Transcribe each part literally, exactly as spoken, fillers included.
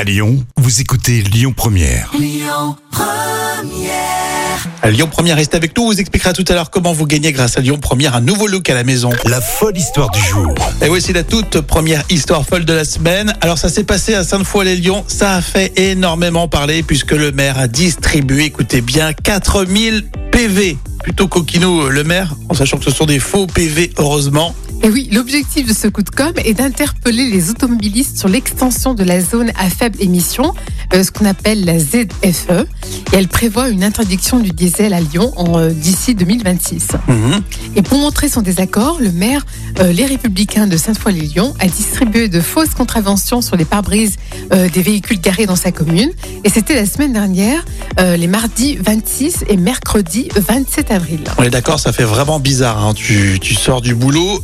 À Lyon, vous écoutez Lyon Première. Lyon Première. À Lyon Première, restez avec nous. On vous expliquera tout à l'heure comment vous gagnez grâce à Lyon Première un nouveau look à la maison. La folle histoire du jour. Et oui, c'est la toute première histoire folle de la semaine. Alors, ça s'est passé à Sainte-Foy-lès-Lyon. Ça a fait énormément parler puisque le maire a distribué, écoutez bien, quatre mille P V. Plutôt coquinou, le maire, en sachant que ce sont des faux P V, heureusement. Et oui, l'objectif de ce coup de com' est d'interpeller les automobilistes sur l'extension de la zone à faible émission, euh, ce qu'on appelle la Z F E. Et elle prévoit une interdiction du diesel à Lyon en, euh, d'ici deux mille vingt-six. Mmh. Et pour montrer son désaccord, le maire, euh, les Républicains de Sainte-Foy-lès-Lyon, a distribué de fausses contraventions sur les pare-brises euh, des véhicules garés dans sa commune. Et c'était la semaine dernière, euh, les mardis vingt-six et mercredi vingt-sept avril. On est d'accord, ça fait vraiment bizarre. Hein. Tu, tu sors du boulot,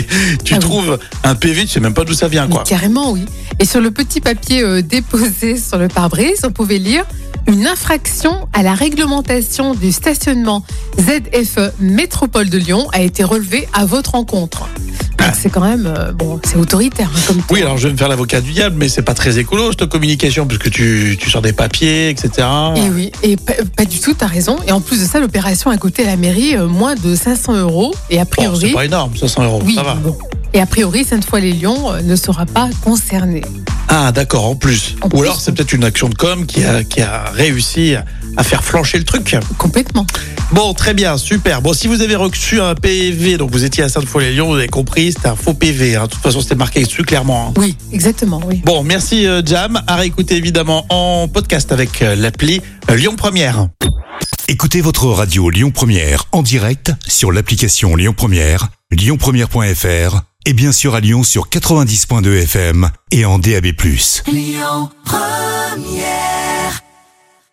tu Ah trouves oui. un P V, tu sais même pas d'où ça vient, quoi. Mais carrément, oui. Et sur le petit papier euh, déposé sur le pare-brise, on pouvait lire une infraction à la réglementation du stationnement Z F E Métropole de Lyon a été relevée à votre encontre. Donc Ah. c'est quand même, euh, bon, c'est autoritaire hein, comme Oui, ton. alors je vais me faire l'avocat du diable, mais c'est pas très écolo, cette communication, parce que tu, tu sors des papiers, et cetera. Et oui, et pas, pas du tout, t'as raison. Et en plus de ça, l'opération a coûté à la mairie euh, moins de cinq cents euros. Et a Bon, priori, c'est pas énorme, cinq cents euros, oui, ça va. bon. Et a priori, Sainte-Foy-lès-Lyon euh, ne sera pas concernée. Ah, d'accord, en plus. En Ou plus, alors c'est oui. peut-être une action de com qui a, qui a réussi à faire flancher le truc. Complètement. Bon, très bien, super. Bon, si vous avez reçu un P V, donc vous étiez à Sainte-Foy-lès-Lyon, vous avez compris, c'était un faux P V. Hein. De toute façon, c'était marqué dessus clairement. Hein. Oui, exactement, oui. Bon, merci euh, Jam. À réécouter évidemment en podcast avec euh, l'appli euh, Lyon Première. Écoutez votre radio Lyon Première en direct sur l'application Lyon Première, lyon première point f r et bien sûr à Lyon sur quatre-vingt-dix point deux F M et en D A B plus. Lyon Première.